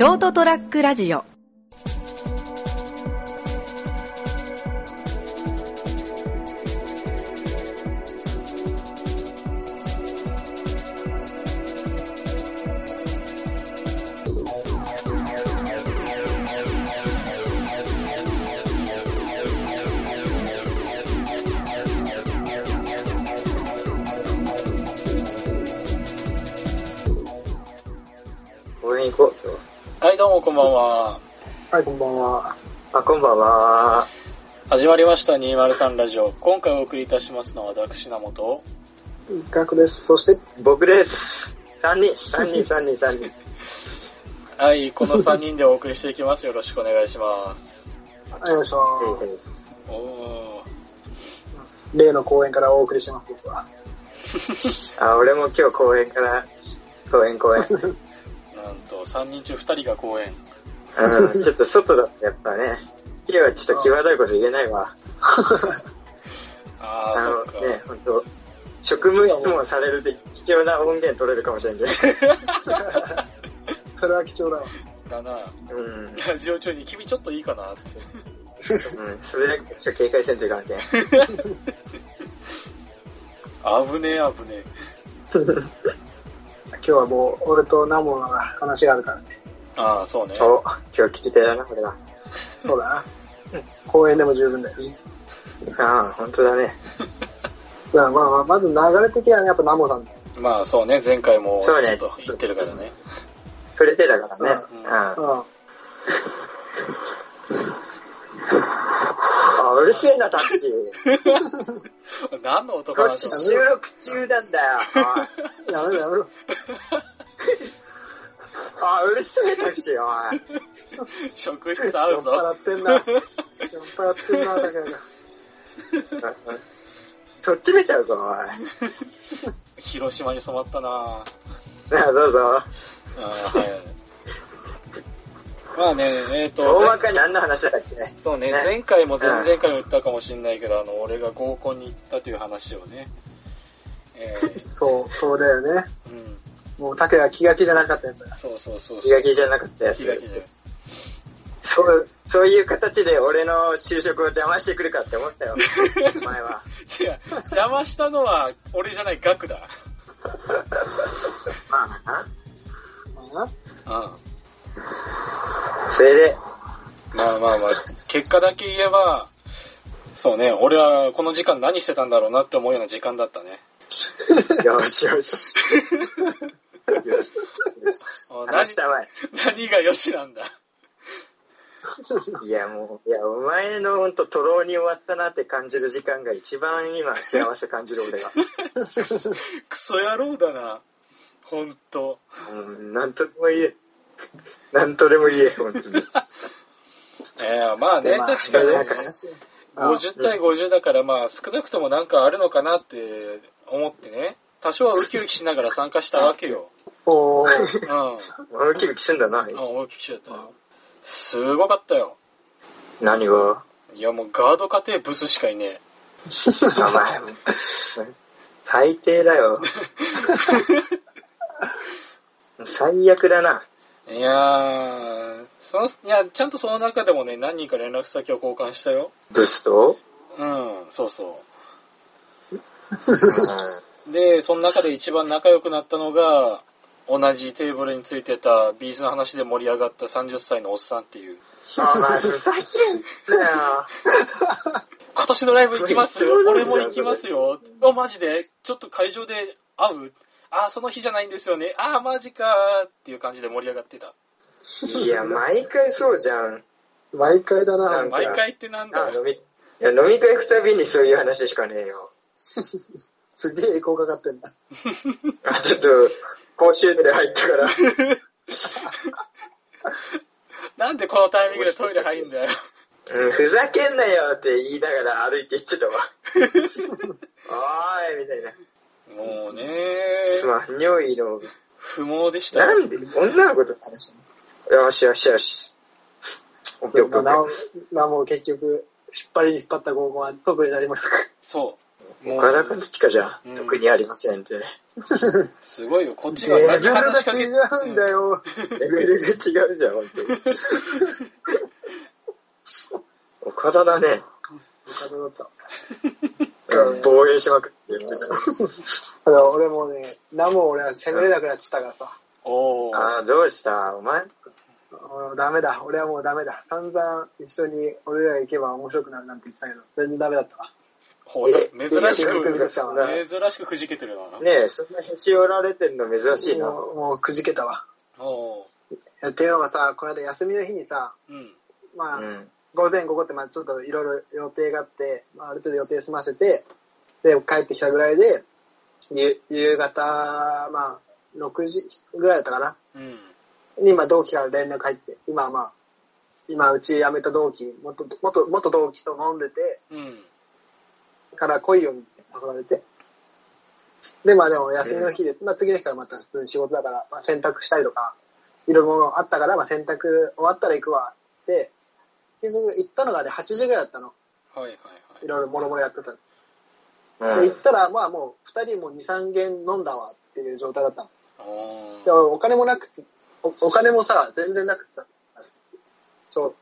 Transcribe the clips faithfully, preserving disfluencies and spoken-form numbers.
ショートトラックラジオ。 行こう。 はい、どうもこんばんは。 はい、こんばんは。 あ、こんばんは。 始まりましたにひゃくさんラジオ。今回お送りいたしますのは私名本ガクです。そして僕です。さんにん、さんにん、さんにん、さんにん。 はい、このさんにんでお送りしていきます。よろしくお願いします。 お願いします。 おー。例の公園からお送りしてます、僕は。 あ、俺も今日公園から、公園公園。 なんとさんにん中ふたりが公園。 うん、ちょっと外だとやっぱね、今日はちょっと際どいこと言えないわ。 ああ、そっか。 ね、ほんと、職務質問されるで貴重な音源取れるかもしれんじゃん。 それは貴重だわ。 だな。 うん。 ラジオ中に君ちょっといいかなって。 うん、それだけちょっと警戒せんといかんけん。 危ねえ危ねえ。 今日はもう俺とナモの話があるからね。 ああ、そうね。 お、今日聞き手だな、これは。 そうだな。公園でも十分だよ。 ああ、ほんとだね。 じゃあまあまあ、まず流れ的にはやっぱナモさん。 まあそうね、前回もちょそうねっと言ってるからね。 触れてたからね。 うんうん。 うん。 あ、うるせえな、タクシー。 何の音こっちかなと。 収録中なんだよ。おい。 やめろやめろ。 あ、うるせえタクシー、おい。 職質合酔っうぞ。 払ってんな。酔っ払ってんな、だから。 とっちめちゃうぞ、おい。 広島に染まったなああ、どうぞ。 ああ、はい。まあね、えっ、ー、と、 大まかに何の話だっけね。 そうね、 ね前回も前々回も言ったかもしれないけど、あの、俺が合コンに行ったという話をね。えー、 そう、そうだよね。 うん。 もう、タケが気が気じゃなかったやつだ。 そうそうそうそう。 気が気じゃなかったやつ。 気が気じゃ。 そう、そういう形で俺の就職を邪魔してくるかって思ったよ。お前は。 違う、邪魔したのは俺じゃない、ガクだ。 まあな。 まあうん。 それで。 まあまあまあ、結果だけ言えば、そうね、俺はこの時間何してたんだろうなって思うような時間だったね。 よしよし。話したまえ。 何がよしなんだ。 いやもう、いや、お前のほんと、とろうに終わったなって感じる時間が一番今幸せ感じる俺が。 クソ野郎だな。ほんと。 うん、なんとでも言え。なんとでも言え、ほんとに。 えー、まあね、 まあ確かに。 ねごじゅう対ごじゅうだからまあ少なくともなんかあるのかなって思ってね。多少はウキウキしながら参加したわけよ。 おー。 うん。 ウキウキすんだな。 うん、ウキウキしちゃったよ。すごかったよ。 何が？ いやもうガード家庭ブスしかいねお前、最低だよ。最悪だな。 え。いやー、その、いや、ちゃんとその中でもね、何人か連絡先を交換したよ。 ブスと？ うん、そうそうんう。で、その中で一番仲良くなったのが、同じテーブルについてたビーズの話で盛り上がったさんじゅっさいのおっさんっていう。 お前ふざけんなよ。 今年のライブ行きますよ。俺も行きますよ。あ、マジでちょっと会場で会う？あ、その日じゃないんですよね。あ、マジかーっていう感じで盛り上がってた。 いや、毎回そうじゃん。 毎回だな。 なんか毎回ってなんだあ、飲み、いや、飲み会行くたびにそういう話しかねえよ。 すげえエコーかかってんだ。 あ、ちょっと、公衆で入ったから。 なんでこのタイミングでトイレ入るんだよ。 うん、ふざけんなよって言いながら歩いて行ってたわ。おーい、みたいな。 もうねすまん、尿意の。 不毛でしたよ。 なんで女の子と話すの？よしよしよし。オッケーオッケーオッケなー。 お、なお結局、引っ張りに引っ張った合コンは特になりました。 そう。もう岡田和親じゃ、 うん特にありませんって。 すごいよ、こっちがレ何ベルが話しかけ違うんだよ。 レベルが違うじゃん、本当に。岡田だね。 岡田だった。 防衛しまくって言ってた。 だから俺もね、何も俺は攻めれなくなっちゃったからさ。 おー。 ああ、どうしたお前俺ダメだ。俺はもうダメだ。散々一緒に俺ら行けば面白くなるなんて言ってたけど、全然ダメだったわ。 ほら、珍しく、 え珍しくくじけてるな。 ねえ、そんなへし折られてんの珍しいな。 もう、もうくじけたわ。 おー。っていうのがさ、この間休みの日にさ、 うん。 まあ、 うん、 午前午後ってまあちょっといろいろ予定があって、まあ、ある程度予定済ませて、で、帰ってきたぐらいで、夕夕方、まあ、ろくじぐらいだったかな。 うん。 に、まあ、同期から連絡入って、今はまあ、今、うち辞めた同期、元、元、元同期と飲んでて、 うん。 から来いよ、みたいな誘われて。で、まあでも休みの日で、うん、まあ次の日からまた普通に仕事だから、まあ洗濯したりとか、いろいろものあったから、まあ洗濯終わったら行くわ、って、結局行ったのがね、はちじぐらいだったの。 はいはいはい。 いろいろもろもろやってた。 うん、 で、行ったら、まあもう、二人もに、三軒飲んだわっていう状態だったの。 おで、お金もなくて、お、お金もさ、全然なくてさ、そう、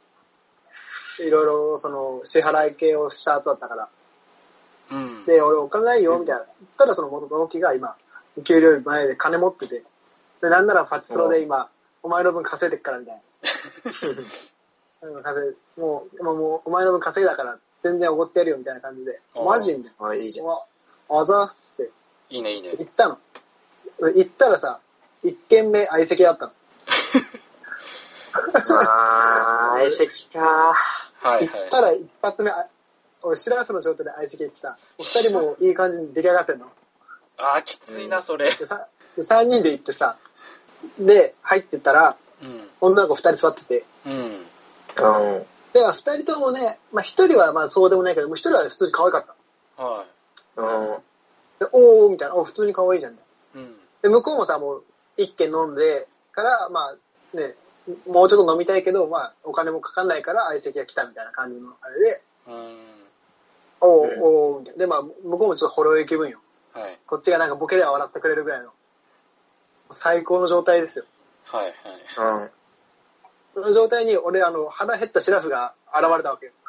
いろいろ、その、支払い系をした後だったから、 うん。 で、俺お金ないよ、みたいな。ただその元同期が今、給料より前で金持ってて、で、なんならパチスロで今、お前の分稼いでっから、みたいな。稼いもう、もう、もうお前の分稼いだから、全然おごってやるよ、みたいな感じで。マジみたいな。 あ、いいじゃん。 あ、あざーすっつって。 いいねいいね。 行ったの。行ったらさ、一軒目相席だったの。 あー、相席かはいはい。 行ったら一発目、俺、シラフの状態で相席行ってさ、お二人もいい感じに出来上がってんの。 あー、きついな、それ。 でさ、三人で行ってさ、で、入ってったら、 うん。 女の子二人座ってて、 うん。 うん。 で、二人ともね、まあ一人はまあそうでもないけど、もう一人は普通に可愛かった。 はうん。 で、おーみたいな、お普通に可愛いじゃん。 い。うん。 で、向こうもさ、もう一軒飲んでから、まあね、もうちょっと飲みたいけど、まあお金もかかんないから相席が来たみたいな感じのあれで、 うん。 おーおーみたいな。で、まあ向こうもちょっとほろ酔い気分よ。 はい。 こっちがなんかボケでは笑ってくれるぐらいの、最高の状態ですよ。 はいはい。 うん。 その状態に俺、あの、腹減ったシラフが現れたわけよ。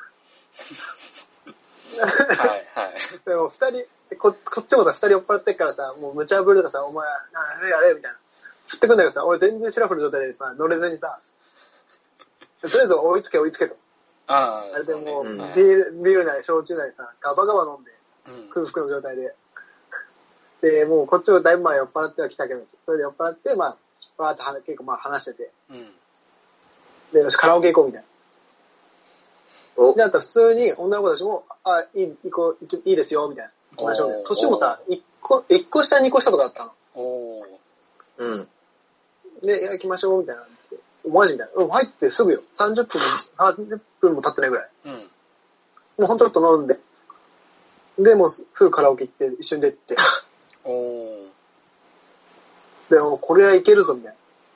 はいはい。 でも二人、こ、こっちもさ、二人酔っ払ってっからさ、もう無茶ぶりとかさ、お前、なやれやれ、みたいな。振ってくんだけどさ、俺全然シラフの状態でさ、乗れずにさ、とりあえず追いつけ追いつけと。 ああ、 あれでもう、 そうねビール、ビールなり焼酎なりさ、ガバガバ飲んで、 うん。 空腹の状態で。で、もうこっちもだいぶ前酔っ払っては来たけど、それで酔っ払って、まあ、わーって話結構まあ話してて。 うん。 で、よし、カラオケ行こうみたいな。 おで、あと普通に女の子たちも、あ、いい、行こう、行きいいですよ、みたいな。行きましょうみたいな。年もさ、一個、一個下、二個下とかだったの。 おー。 うん。 で、いや行きましょう、みたいな。マジみたいな。うん入ってすぐよ。さんじゅっぷんも、さんじゅっぷんも経ってないぐらい。 うん。 もうほんとちょっと飲んで。で、もうすぐカラオケ行って、一緒に出て。 おー。 で、もうこれはいけるぞ、みたい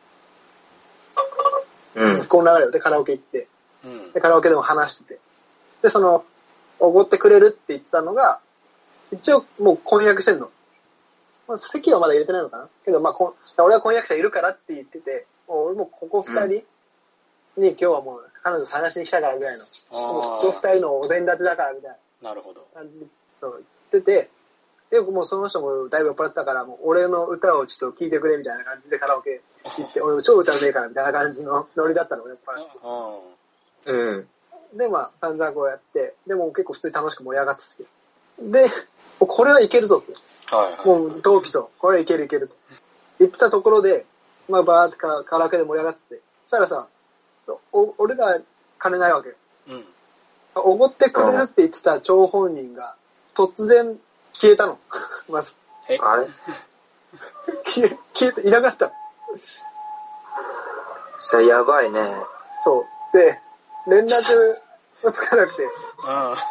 うな。 ん。 この流れでカラオケ行って。 うん。 で、カラオケでも話してて。で、その、おごってくれるって言ってたのが、一応もう婚約してんの。まあ、席はまだ入れてないのかなけど、まあこ、俺は婚約者いるからって言ってて、もう俺もここ二人に今日はもう彼女探しに来たからぐらいの。もうここ二人のお膳立ちだからみたいなるほど。 な感じでそう言ってて、で、もうその人もだいぶ酔っ払ってたから、もう俺の歌をちょっと聴いてくれみたいな感じでカラオケ行って、俺も超歌うねえからみたいな感じのノリだったの、やっぱり。 あうん。 で、まあ、散々こうやって、でも結構普通に楽しく盛り上がってて。で、これはいけるぞって。 あ。はいはい。 もう同期と、これはいけるいけると。言ってたところで、まあバーってカカラオケで盛り上がってて。そしたらさ、そうお俺ら金ないわけよ。 うん。 おごってくれるって言ってた張本人が、突然消えたの。まず。 えあれ消え、消えていなかったの。 それやばいね。 そう。で、連絡をつかなくて。 ああ。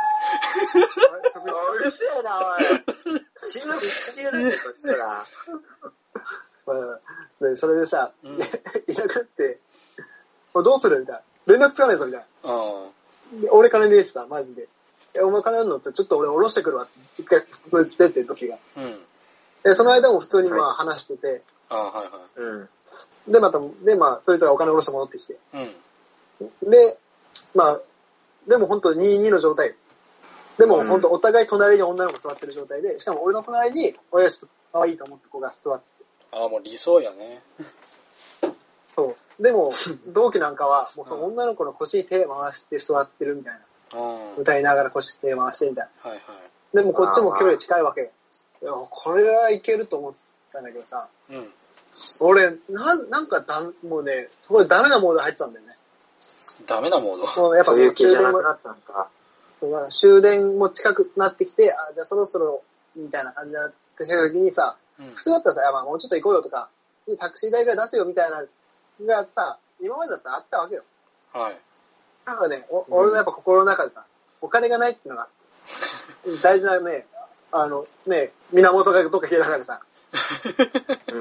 うるせえな、おい。収録中だって、こっちら。 まあ、でそれでさ、 うんいなくなって、これどうするみたいな。連絡つかないぞ、みたいな。 あで俺金ねえしさ、マジで。え、お前金あるのってちょっと俺下ろしてくるわ。一回、そいつ出てる時が。 あ。うん。 で、その間も普通にまあ話してて、 ああ、はいはい。 うん。 で、また、で、まあ、そいつがお金を下ろして戻ってきて。 うん。 で、まあ、でも本当にたいにの状態。でも本当お互い隣に女の子座ってる状態で、しかも俺の隣に、俺がちょっと可愛いと思った子が座って。 ああ、もう理想やね。 そう。でも、同期なんかは、もうその女の子の腰に手回して座ってるみたいな。 うん。 歌いながら腰手回してみたいはいはい。 な。でもこっちも距離近いわけ。いやこれはいけると思ったんだけどさ。 うん。 俺、なん、なんかだ、もうね、そこでダメなモード入ってたんだよね。 ダメなモード。 もうやっぱそういう気じゃなくもなったんか。 終電も近くなってきて、あ、じゃあそろそろ、みたいな感じになってきた時にさ、うん、普通だったらさ、いやまあもうちょっと行こうよとか、タクシー代ぐらい出せよみたいな、がさ、今までだったらあったわけよ。 はい。 なんかね、お俺のやっぱ心の中でさ、お金がないっていうのが、大事なね、あの、ね、源がどっか開かれさ、うん、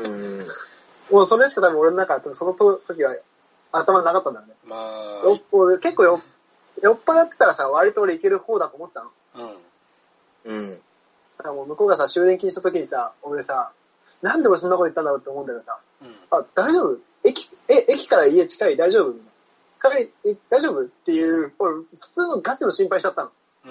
もうそれしか多分俺の中でその時は頭になかったんだよね。 まあ、 よ俺結構よ酔っ払ってたらさ、割と俺いける方だと思ったの。 うん。 うん。 だからもう向こうがさ、終電禁止した時にさ、俺さ、なんで俺そんなこと言ったんだろうって思うんだけどさ、うん、あ、大丈夫駅、え、駅から家近い大丈夫帰り、え、大丈夫っていう、俺、普通のガチの心配しちゃったの。うん。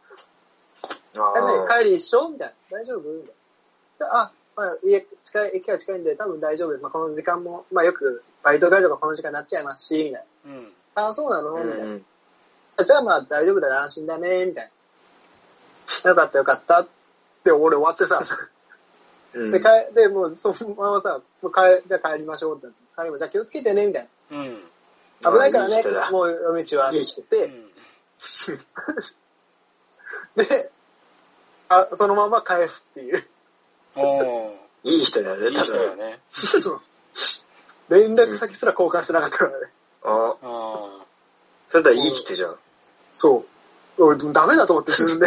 あ帰り一緒みたいな。大丈夫みたいな。あ、まあ、家近い、駅から近いんで多分大丈夫です。まあ、この時間も、まあよく、バイト帰りとかこの時間になっちゃいますし、みたいな。うん。あ、そうなのみたいな。うんじゃあまあ大丈夫だな、安心だね、みたいな。よかったよかったって俺終わってさ。うん、で、帰、で、もうそのままさ、もう帰、じゃあ帰りましょうって。帰りましょう。じゃあ気をつけてね、みたいな。うん。危ないからね、いいもう夜道はって言って。うん、で、あ、そのまま返すっていう。 おいい人だね、 いい人だね。 連絡先すら交換してなかったからね。 ああ。それだったらいい人じゃん。 そう。俺、ダメだと思って自分で。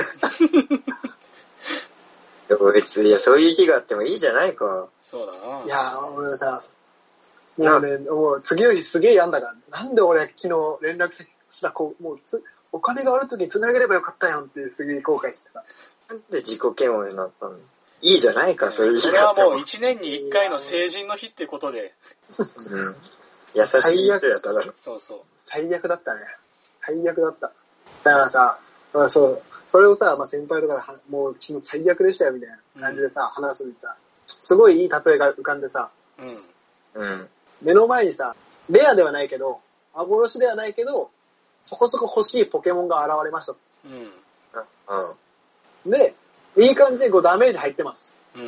でも別に、いや、そういう日があってもいいじゃないか。 そうだな。 いや、俺さ、もうね、もう次の日すげえ病んだから、なんで俺昨日連絡先すらこう、もうつ、お金がある時に繋げればよかったやんってすげえ後悔してた。 なんで自己嫌悪になったのいいじゃないか、そういう日があっても。それはもう一年に一回の成人の日ってことで。 うん。優しい人やっただろ。 そうそう。 最悪だったね。最悪だった。だからさ、まあ、そう、それをさ、まあ、先輩とかでもう昨日最悪でしたよみたいな感じでさ、うん、話すのにさ、すごいいい例えが浮かんでさ、うんうん、目の前にさ、レアではないけど、幻ではないけど、そこそこ欲しいポケモンが現れましたと。うんうん、で、いい感じでこうダメージ入ってます。うんうん、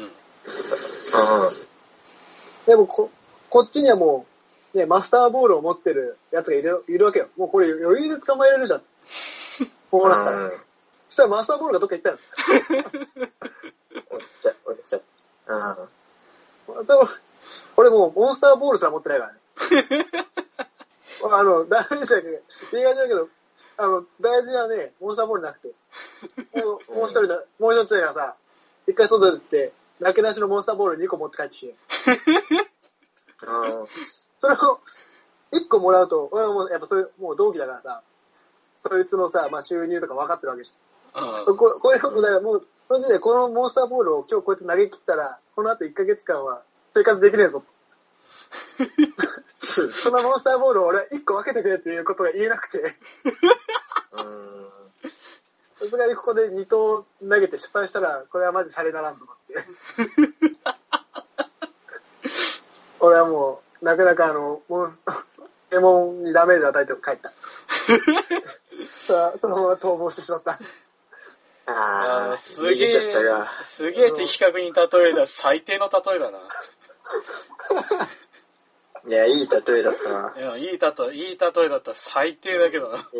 でもこ、こっちにはもう、ね、マスターボールを持ってるやつがいる、いるわけよ。もうこれ余裕で捕まえれるじゃん。こうなったら。そしたらマスターボールがどっか行ったの。 おっちゃ、おっちゃ。 うん。俺もうモンスターボールすら持ってないからね。あの、大事だけど、意外だけど、あの、大事なね、モンスターボールなくて。もう、もう一人だ、もう一つがさ、一回外でって、なけなしのモンスターボールにこ持って帰ってきて。それを、一個もらうと、俺はもう、やっぱそれ、もう同期だからさ、そいつのさ、まあ収入とか分かってるわけじゃん。ここういうことだからもう、その時でこのモンスターボールを今日こいつ投げ切ったら、この後いっかげつかんは生活できねえぞ。そのモンスターボールを俺はいっこ分けてくれっていうことが言えなくて。さすがにここでに投投げて失敗したら、これはマジシャレならんと思って。俺はもう、なかなかあの、もう、エモンにダメージを与えて帰った。そのまま逃亡してしまった。 ああ、 すげえ、すげえ的確に例えた最低の例えだな。 いや、いい例えだったな。 いや、いい例え、いい例えだったら最低だけどな。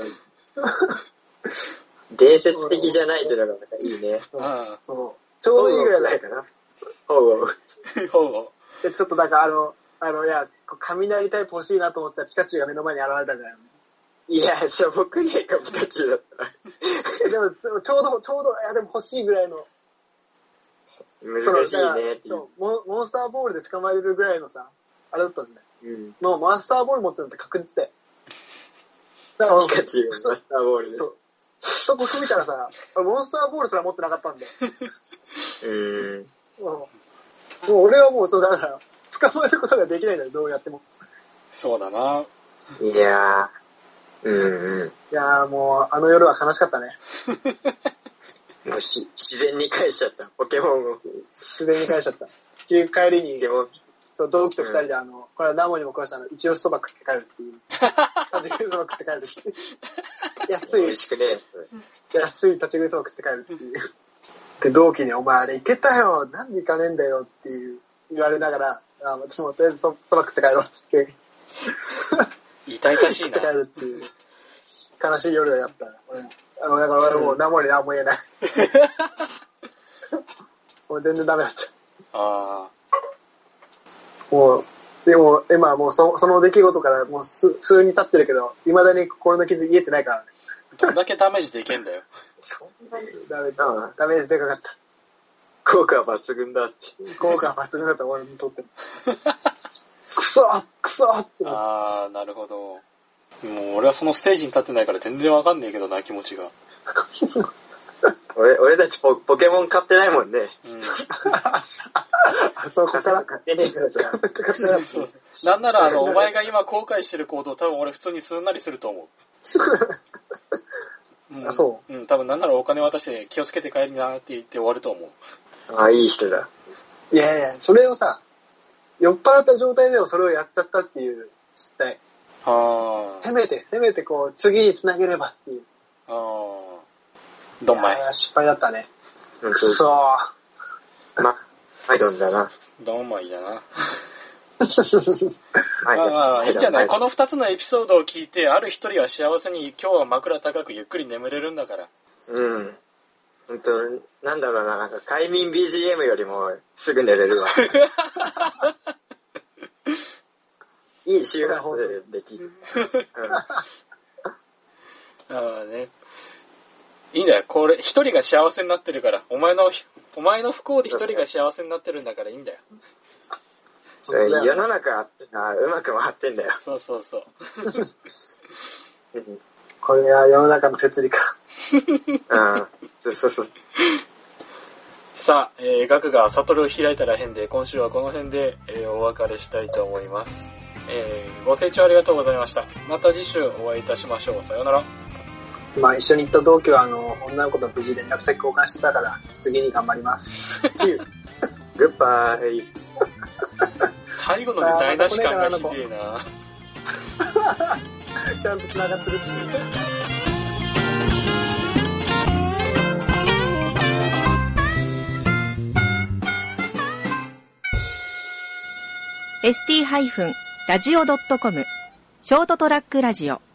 伝説的じゃないってのがいいね。 うん。ちょうどいいぐらいだかな。 ほうほう。 ほうほう。ちょっとなんかあの、あの、いや、雷タイプ欲しいなと思ったらピカチュウが目の前に現れたんじゃないのいや、しょぼくねえか、ピカチュウだったら。 でも、ちょうど、ちょうど、いや、でも欲しいぐらいの。 難しいねっていう。 モン、モンスターボールで捕まえるぐらいのさ、あれだったんだよ。うん。もうマスターボール持ってるのって確実で。 だからピカチュウマスターボールで。 そう。と僕見たらさ、モンスターボールすら持ってなかったんで。 うーん。 もう俺はもうそうだから、捕まえることができないんだよ、どうやっても。 そうだな。 いやー、うんうん。 いやーもう、あの夜は悲しかったね。 もうし自然に返しちゃった、ポケモンを。 自然に返しちゃった。帰りに、 でもそう同期と二人であの、これはナモにも詳しいあの、一押しそば食って帰るっていう。立ち食いそば食って帰るっていう。安い、 美味しくね安い立ち食いそば食って帰るっていう。で、同期にお前あれ行けたよなんで行かねえんだよっていう言われながら、あもうとりあえずそば食って帰ろうって言って。 痛々しいな。 食って帰るっていう。悲しい夜だやった。俺も。あの、だから俺もうナモに何も言えない。もう全然ダメだった。 ああ。 もう、でも、今はもうそその出来事からもう数数に経ってるけど、未だに心の傷癒えてないからね。 どんだけダメージでけんだよ。 そんなにダメだ。ダメージでかかった。 効果は抜群だって。 効果は抜群だった、俺にとっても。クソクソって思った。 ああ、なるほど。もう俺はそのステージに立ってないから全然わかんねえけどな、気持ちが。 俺俺たち ポ, ポケモン買ってないもんね。 うん。 そうか買ってねえからさ。 そうなんならあの、お前が今後悔してる行動多分俺普通にすんなりすると思う。うん、 あ、そう。 うん、多分なんならお金渡して気をつけて帰りなって言って終わると思う。 ああ、いい人だ。 いやいや、それをさ、酔っ払った状態でもそれをやっちゃったっていう失態。 ああ。 せめて、せめてこう、次に繋げればっていう。 ああ。どんまい。 いや失敗だったね。 うん、 くそー。 ま、はい、どんだな。 どんまいだな。 はい、 まあ、いいんじゃない、 はこの二つのエピソードを聞いて、ある一人は幸せに今日は枕高くゆっくり眠れるんだから。 うん。本当なんだろうな、なんか快眠 ビージーエム よりもすぐ寝れるわ。いい周波数でできる。うん、ああね。いいんだよ。これ、一人が幸せになってるから。お前の、お前の不幸で一人が幸せになってるんだからいいんだよ。 それ世の中あうまく回ってんだよ。 そうそうそう。 これは世の中の摂理か。 うん。そうそうそう。 さあ、えー、ガクが悟を開いたら変で、今週はこの辺で、えー、お別れしたいと思います。えー、ご清聴ありがとうございました。また次週お会いいたしましょう。さようなら。 まあ一緒に行った同期はあの、女の子と無事連絡先交換してたから、次に頑張ります。 グッバイ。 最後ので台無し感がひでえな。 ちゃんと繋がってるっていう。 エスティー ラジオ ドットコム ショートトラックラジオ